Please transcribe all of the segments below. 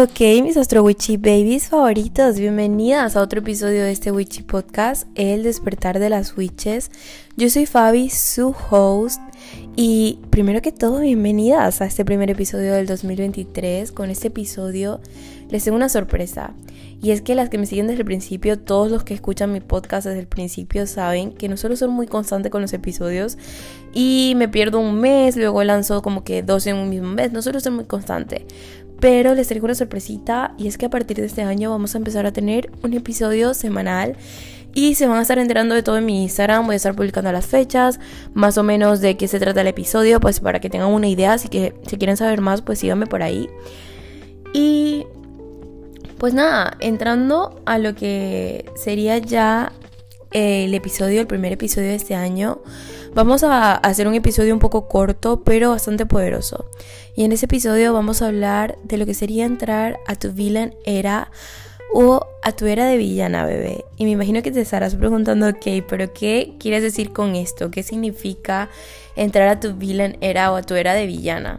Ok, mis Astro Witchy Babies favoritos, bienvenidas a otro episodio de este Witchy Podcast, El Despertar de las Witches. Yo soy Fabi, su host, y primero que todo, bienvenidas a este primer episodio del 2023. Con este episodio les tengo una sorpresa, y es que las que me siguen desde el principio, todos los que escuchan mi podcast desde el principio saben que no solo soy muy constante con los episodios y me pierdo un mes, luego lanzo como que 2 en un mismo mes, no solo soy muy constante. Pero les traigo una sorpresita, y es que a partir de este año vamos a empezar a tener un episodio semanal y se van a estar enterando de todo en mi Instagram. Voy a estar publicando las fechas, más o menos de qué se trata el episodio, pues para que tengan una idea. Así que si quieren saber más, pues síganme por ahí. Y pues nada, entrando a lo que sería ya el primer episodio de este año, vamos a hacer un episodio un poco corto, pero bastante poderoso. Y en ese episodio vamos a hablar de lo que sería entrar a tu villain era o a tu era de villana, bebé. Y me imagino que te estarás preguntando, ok, pero ¿qué quieres decir con esto? ¿Qué significa entrar a tu villain era o a tu era de villana?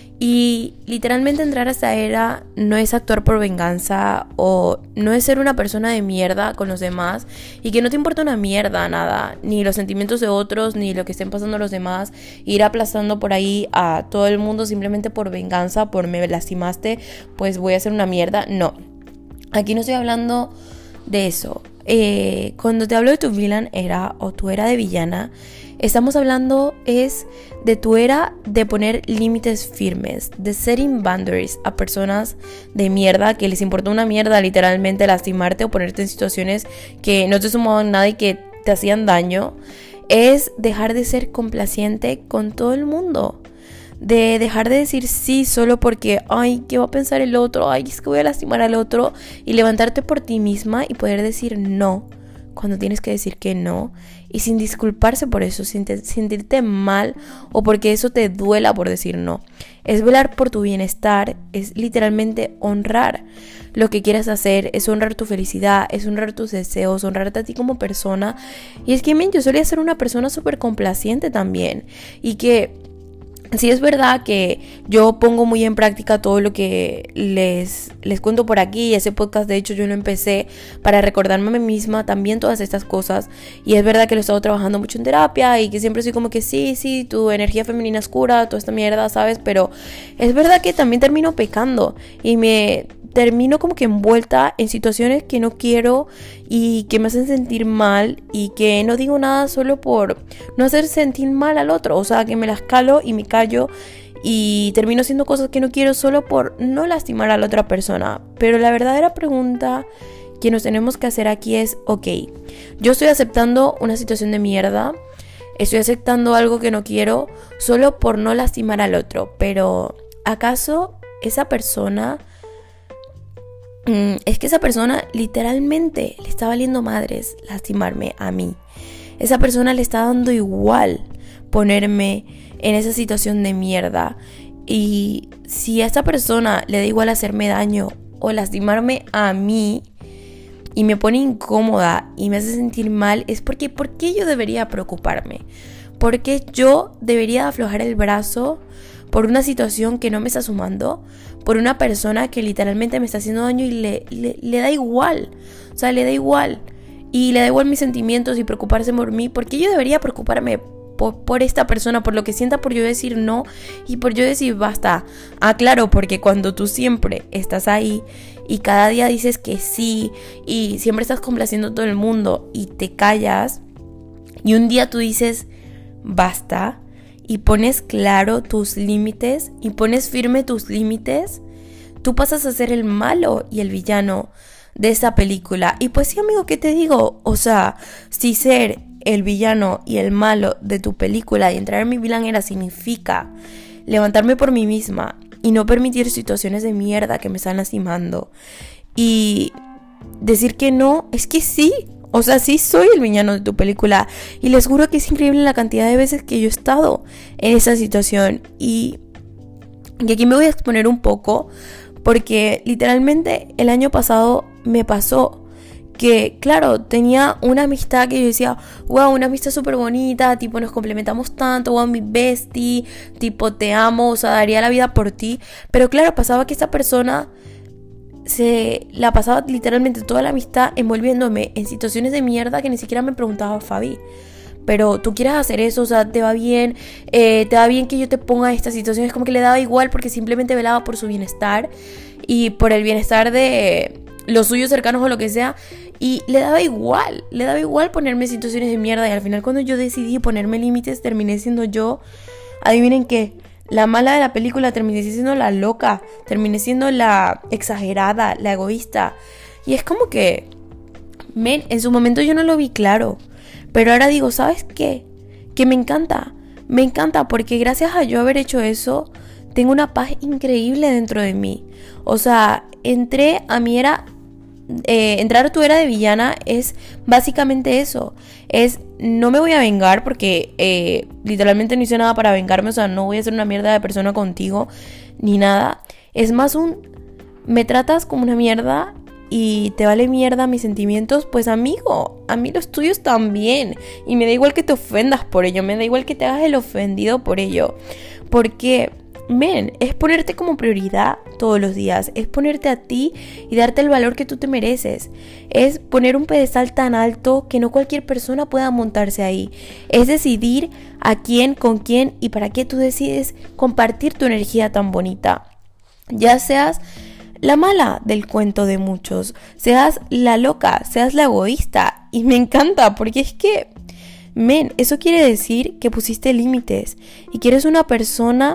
Y literalmente entrar a esta era no es actuar por venganza o no es ser una persona de mierda con los demás y que no te importa una mierda nada, ni los sentimientos de otros, ni lo que estén pasando los demás, ir aplastando por ahí a todo el mundo simplemente por venganza, por me lastimaste, pues voy a hacer una mierda. No, aquí no estoy hablando de eso. Cuando te hablo de tu villain era o tu era de villana, estamos hablando es de tu era de poner límites firmes, de setting boundaries a personas de mierda que les importa una mierda literalmente lastimarte o ponerte en situaciones que no te sumaban nada y que te hacían daño. Es dejar de ser complaciente con todo el mundo, de dejar de decir sí solo porque ay, ¿qué va a pensar el otro? Ay, es que voy a lastimar al otro, y levantarte por ti misma y poder decir no cuando tienes que decir que no, y sin disculparse por eso, sin sentirte mal o porque eso te duela por decir no. Es velar por tu bienestar, es literalmente honrar lo que quieras hacer, es honrar tu felicidad, es honrar tus deseos, honrarte a ti como persona. Y es que yo solía ser una persona súper complaciente también, y que sí es verdad que yo pongo muy en práctica todo lo que les cuento por aquí. Ese podcast, de hecho, yo lo empecé para recordarme a mí misma también todas estas cosas. Y es verdad que lo he estado trabajando mucho en terapia y que siempre soy como que sí, tu energía femenina es cura, toda esta mierda, ¿sabes? Pero es verdad que también termino pecando y me termino como que envuelta en situaciones que no quiero y que me hacen sentir mal, y que no digo nada solo por no hacer sentir mal al otro. O sea, que me las calo y me callo y termino haciendo cosas que no quiero solo por no lastimar a la otra persona. Pero la verdadera pregunta que nos tenemos que hacer aquí es, ok, yo estoy aceptando una situación de mierda, estoy aceptando algo que no quiero solo por no lastimar al otro, pero ¿acaso esa persona... es que esa persona literalmente le está valiendo madres lastimarme a mí? Esa persona le está dando igual ponerme en esa situación de mierda. Y si a esta persona le da igual hacerme daño o lastimarme a mí y me pone incómoda y me hace sentir mal, es porque ¿por qué yo debería preocuparme? ¿Por qué yo debería aflojar el brazo por una situación que no me está sumando? Por una persona que literalmente me está haciendo daño y le da igual. O sea, le da igual. Y le da igual mis sentimientos y preocuparse por mí. ¿Por qué yo debería preocuparme por esta persona? Por lo que sienta, por yo decir no y por yo decir basta. Ah, claro, porque cuando tú siempre estás ahí y cada día dices que sí y siempre estás complaciendo a todo el mundo y te callas, y un día tú dices basta y pones claro tus límites y pones firme tus límites, tú pasas a ser el malo y el villano de esa película. Y pues sí, amigo, ¿qué te digo? O sea, si ser el villano y el malo de tu película y entrar en mi villain era significa levantarme por mí misma y no permitir situaciones de mierda que me están lastimando y decir que no, es que sí. O sea, sí soy el villano de tu película. Y les juro que es increíble la cantidad de veces que yo he estado en esa situación. Y aquí me voy a exponer un poco, porque literalmente el año pasado me pasó que, claro, tenía una amistad que yo decía, wow, una amistad súper bonita, tipo nos complementamos tanto, wow, mi bestie, tipo te amo, o sea, daría la vida por ti. Pero claro, pasaba que esta persona se la pasaba literalmente toda la amistad envolviéndome en situaciones de mierda que ni siquiera me preguntaba Fabi. Pero tú quieres hacer eso, o sea, te va bien que yo te ponga en estas situaciones. Como que le daba igual porque simplemente velaba por su bienestar y por el bienestar de los suyos cercanos o lo que sea. Y le daba igual ponerme en situaciones de mierda. Y al final cuando yo decidí ponerme límites, terminé siendo yo, adivinen qué, la mala de la película. Terminé siendo la loca, terminé siendo la exagerada, la egoísta. Y es como que, en su momento yo no lo vi claro. Pero ahora digo, ¿sabes qué? Que me encanta porque gracias a yo haber hecho eso, tengo una paz increíble dentro de mí. O sea, entrar a tu era de villana es básicamente eso. No me voy a vengar porque literalmente no hice nada para vengarme. O sea, no voy a ser una mierda de persona contigo ni nada. Es más me tratas como una mierda y te vale mierda mis sentimientos, pues amigo, a mí los tuyos también. Y me da igual que te ofendas por ello, me da igual que te hagas el ofendido por ello. Porque, es ponerte como prioridad todos los días, es ponerte a ti y darte el valor que tú te mereces. Es poner un pedestal tan alto que no cualquier persona pueda montarse ahí. Es decidir a quién, con quién y para qué tú decides compartir tu energía tan bonita. Ya seas la mala del cuento de muchos, seas la loca, seas la egoísta. Y me encanta porque es que, eso quiere decir que pusiste límites y que eres una persona,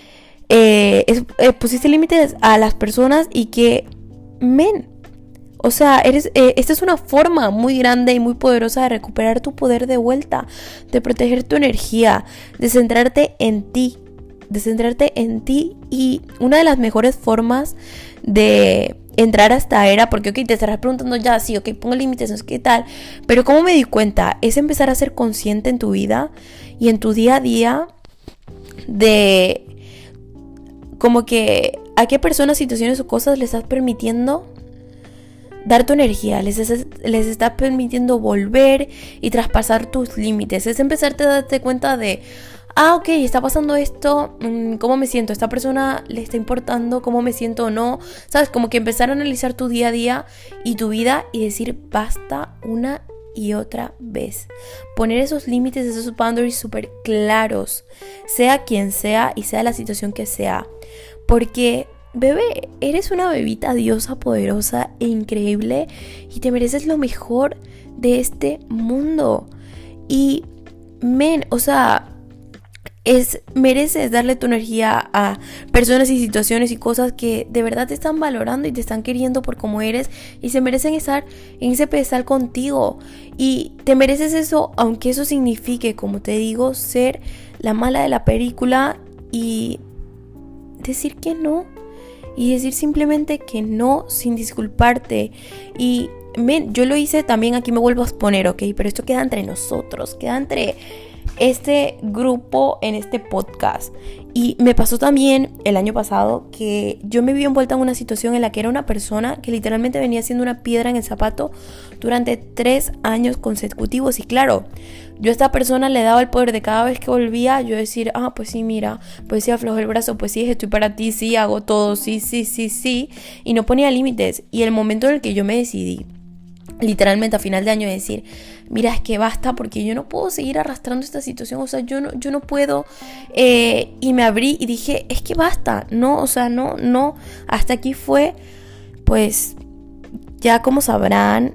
pusiste límites a las personas y que, o sea, esta es una forma muy grande y muy poderosa de recuperar tu poder de vuelta, de proteger tu energía, de centrarte en ti. Y una de las mejores formas de entrar a esta era, porque te estarás preguntando ya, sí, pongo límites, no sé qué tal, pero ¿cómo me di cuenta? Es empezar a ser consciente en tu vida y en tu día a día de como que a qué personas, situaciones o cosas les estás permitiendo dar tu energía, les estás permitiendo volver y traspasar tus límites. Es empezarte a darte cuenta de, ok, está pasando esto, ¿cómo me siento? ¿Esta persona le está importando cómo me siento o no? ¿Sabes? Como que empezar a analizar tu día a día y tu vida y decir basta una y otra vez. Poner esos límites, esos boundaries súper claros, sea quien sea y sea la situación que sea. Porque, bebé, eres una bebita diosa, poderosa e increíble y te mereces lo mejor de este mundo. Y, o sea, mereces darle tu energía a personas y situaciones y cosas que de verdad te están valorando y te están queriendo por como eres y se merecen estar en ese pedestal contigo. Y te mereces eso, aunque eso signifique, como te digo, ser la mala de la película y decir que no. Y decir simplemente que no sin disculparte. Y yo lo hice también, aquí me vuelvo a exponer, ¿ok? Pero esto queda entre nosotros, queda entre este grupo en este podcast. Y me pasó también el año pasado que yo me vi envuelta en una situación en la que era una persona que literalmente venía siendo una piedra en el zapato durante 3 años consecutivos. Y claro, yo a esta persona le daba el poder de cada vez que volvía yo decir, pues sí, mira, pues sí, aflojo el brazo, pues sí, estoy para ti, sí, hago todo, sí, y no ponía límites. Y el momento en el que yo me decidí literalmente a final de año decir, mira, es que basta porque yo no puedo seguir arrastrando esta situación, o sea, yo no puedo, y me abrí y dije, es que basta, no, o sea, no, hasta aquí fue. Pues ya como sabrán,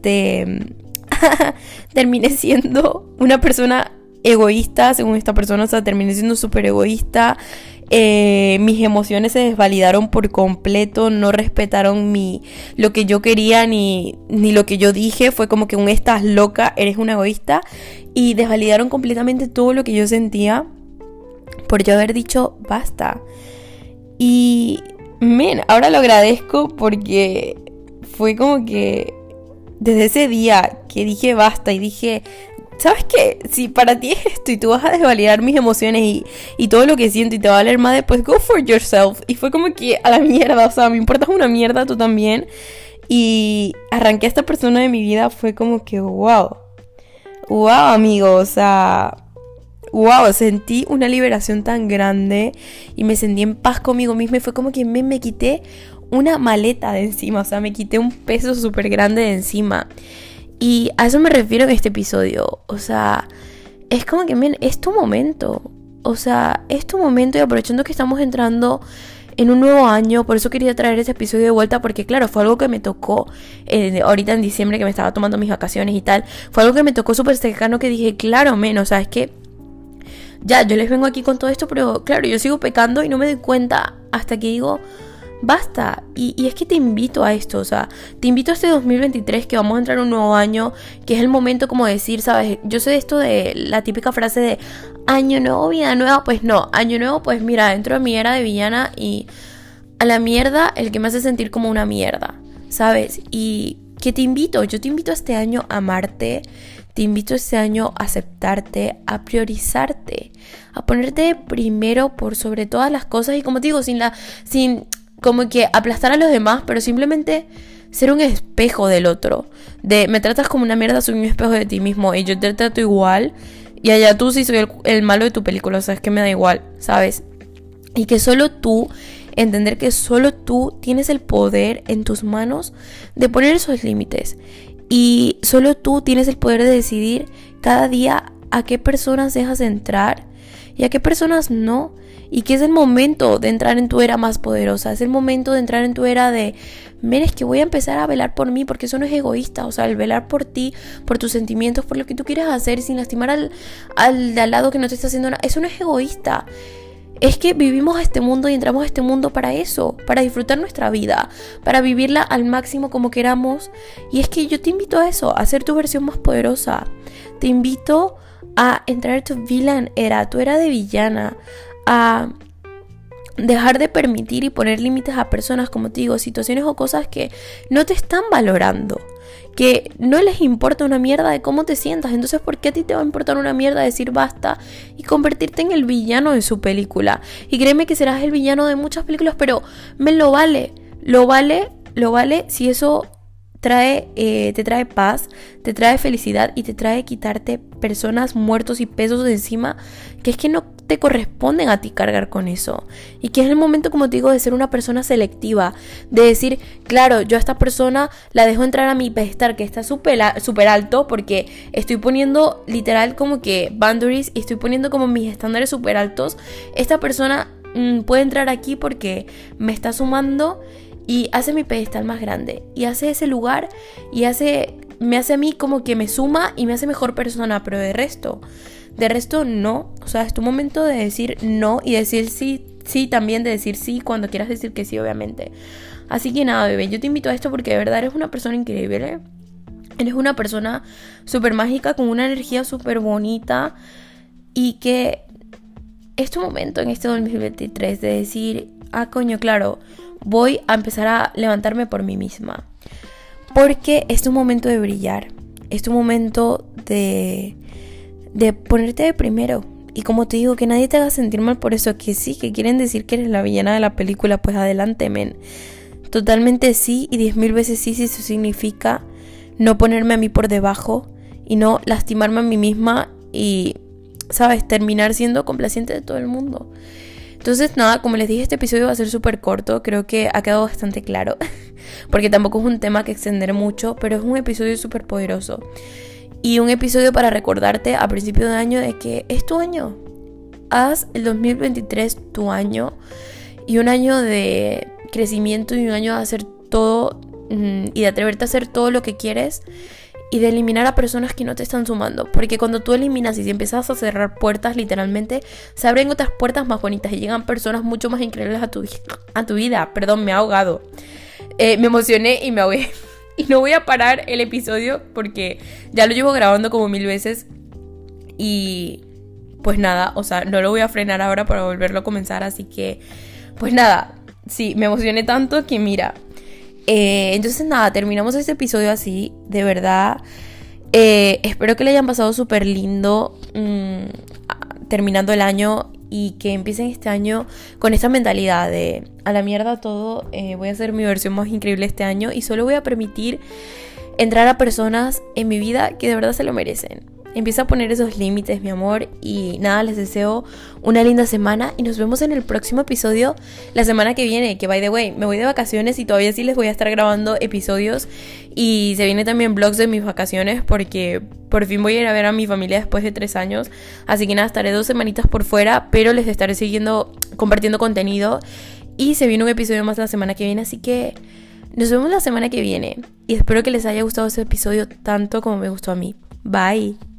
terminé siendo una persona egoísta, según esta persona, o sea, terminé siendo súper egoísta. Mis emociones se desvalidaron por completo, no respetaron lo que yo quería ni lo que yo dije. Fue como que estás loca, eres una egoísta, y desvalidaron completamente todo lo que yo sentía por yo haber dicho basta. Y ahora lo agradezco porque fue como que desde ese día que dije basta y dije, ¿sabes qué? Si para ti es esto y tú vas a desvalidar mis emociones y todo lo que siento y te va a valer más después, go for yourself. Y fue como que a la mierda, o sea, me importas una mierda, tú también. Y arranqué a esta persona de mi vida, fue como que wow, amigo, o sea, wow, sentí una liberación tan grande y me sentí en paz conmigo misma y fue como que me quité una maleta de encima, o sea, me quité un peso súper grande de encima. Y a eso me refiero en este episodio, o sea, es como que, men, es tu momento, o sea, es tu momento, y aprovechando que estamos entrando en un nuevo año, por eso quería traer ese episodio de vuelta, porque claro, fue algo que me tocó ahorita en diciembre, que me estaba tomando mis vacaciones y tal, fue algo que me tocó súper cercano, que dije, claro, men, o sea, es que ya, yo les vengo aquí con todo esto, pero claro, yo sigo pecando y no me doy cuenta hasta que digo, basta. Y es que te invito a esto, o sea, te invito a este 2023, que vamos a entrar en un nuevo año, que es el momento como de decir, ¿sabes? Yo sé de esto de la típica frase de año nuevo, vida nueva. Pues no, año nuevo, pues mira, dentro de mi era de villana y a la mierda el que me hace sentir como una mierda, ¿sabes? Y que yo te invito a este año a amarte, te invito este año a aceptarte, a priorizarte, a ponerte primero por sobre todas las cosas, y como te digo, sin como que aplastar a los demás, pero simplemente ser un espejo del otro. De me tratas como una mierda, soy un espejo de ti mismo y yo te trato igual, y allá tú sí soy el malo de tu película, o sea, es que me da igual, ¿sabes? Y que solo tú, entender que solo tú tienes el poder en tus manos de poner esos límites. Y solo tú tienes el poder de decidir cada día a qué personas dejas entrar y a qué personas no. Y que es el momento de entrar en tu era más poderosa. Es el momento de entrar en tu era de, men, es que voy a empezar a velar por mí, porque eso no es egoísta. O sea, el velar por ti, por tus sentimientos, por lo que tú quieres hacer, sin lastimar al de al lado que no te está haciendo nada, eso no es egoísta. Es que vivimos a este mundo y entramos a este mundo para eso, para disfrutar nuestra vida, para vivirla al máximo como queramos. Y es que yo te invito a eso, a ser tu versión más poderosa. Te invito a entrar a tu villain era, tu era de villana, a dejar de permitir y poner límites a personas, como te digo, situaciones o cosas que no te están valorando, que no les importa una mierda de cómo te sientas. Entonces, ¿por qué a ti te va a importar una mierda decir basta y convertirte en el villano de su película? Y créeme que serás el villano de muchas películas, pero me lo vale si eso te trae paz, te trae felicidad y te trae quitarte personas, muertos y pesos de encima, que es que no te corresponden a ti cargar con eso. Y que es el momento, como te digo, de ser una persona selectiva, de decir, claro, yo a esta persona la dejo entrar a mi pedestal que está súper alto, porque estoy poniendo literal como que boundaries y estoy poniendo como mis estándares súper altos. Esta persona puede entrar aquí porque me está sumando y hace mi pedestal más grande, y hace ese lugar y me hace a mí como que me suma y me hace mejor persona. Pero de resto no. O sea, es tu momento de decir no y decir sí, también de decir sí cuando quieras decir que sí, obviamente. Así que nada, bebé, yo te invito a esto porque de verdad eres una persona increíble. Eres una persona súper mágica, con una energía súper bonita, y que es tu momento en este 2023 de decir, coño, claro, voy a empezar a levantarme por mí misma. Porque es tu momento de brillar, es tu momento de ponerte de primero. Y como te digo, que nadie te haga sentir mal por eso. Que sí, que quieren decir que eres la villana de la película, pues adelante, men. Totalmente sí, y 10,000 veces sí, si eso significa no ponerme a mí por debajo y no lastimarme a mí misma y, ¿sabes?, terminar siendo complaciente de todo el mundo. Entonces nada, como les dije, este episodio va a ser súper corto. Creo que ha quedado bastante claro porque tampoco es un tema que extender mucho, pero es un episodio súper poderoso. Y un episodio para recordarte a principio de año de que es tu año. Haz el 2023 tu año, y un año de crecimiento, y un año de hacer todo y de atreverte a hacer todo lo que quieres, y de eliminar a personas que no te están sumando. Porque cuando tú eliminas y si empiezas a cerrar puertas, literalmente se abren otras puertas más bonitas y llegan personas mucho más increíbles a tu vida. Perdón, me he ahogado. Me emocioné y me ahogué. Y no voy a parar el episodio porque ya lo llevo grabando como 1000 veces. Y pues nada, o sea, no lo voy a frenar ahora para volverlo a comenzar. Así que, pues nada, sí, me emocioné tanto que mira. Entonces nada, terminamos este episodio así. De verdad, espero que le hayan pasado súper lindo terminando el año, y que empiecen este año con esta mentalidad de a la mierda todo, voy a hacer mi versión más increíble este año y solo voy a permitir entrar a personas en mi vida que de verdad se lo merecen. empieza a poner esos límites, mi amor. Y nada, les deseo una linda semana y nos vemos en el próximo episodio la semana que viene, que by the way, me voy de vacaciones y todavía sí les voy a estar grabando episodios y se vienen también vlogs de mis vacaciones porque por fin voy a ir a ver a mi familia después de 3 años, así que nada, estaré 2 semanitas por fuera, pero les estaré siguiendo, compartiendo contenido y se viene un episodio más la semana que viene, así que nos vemos la semana que viene y espero que les haya gustado este episodio tanto como me gustó a mí. Bye.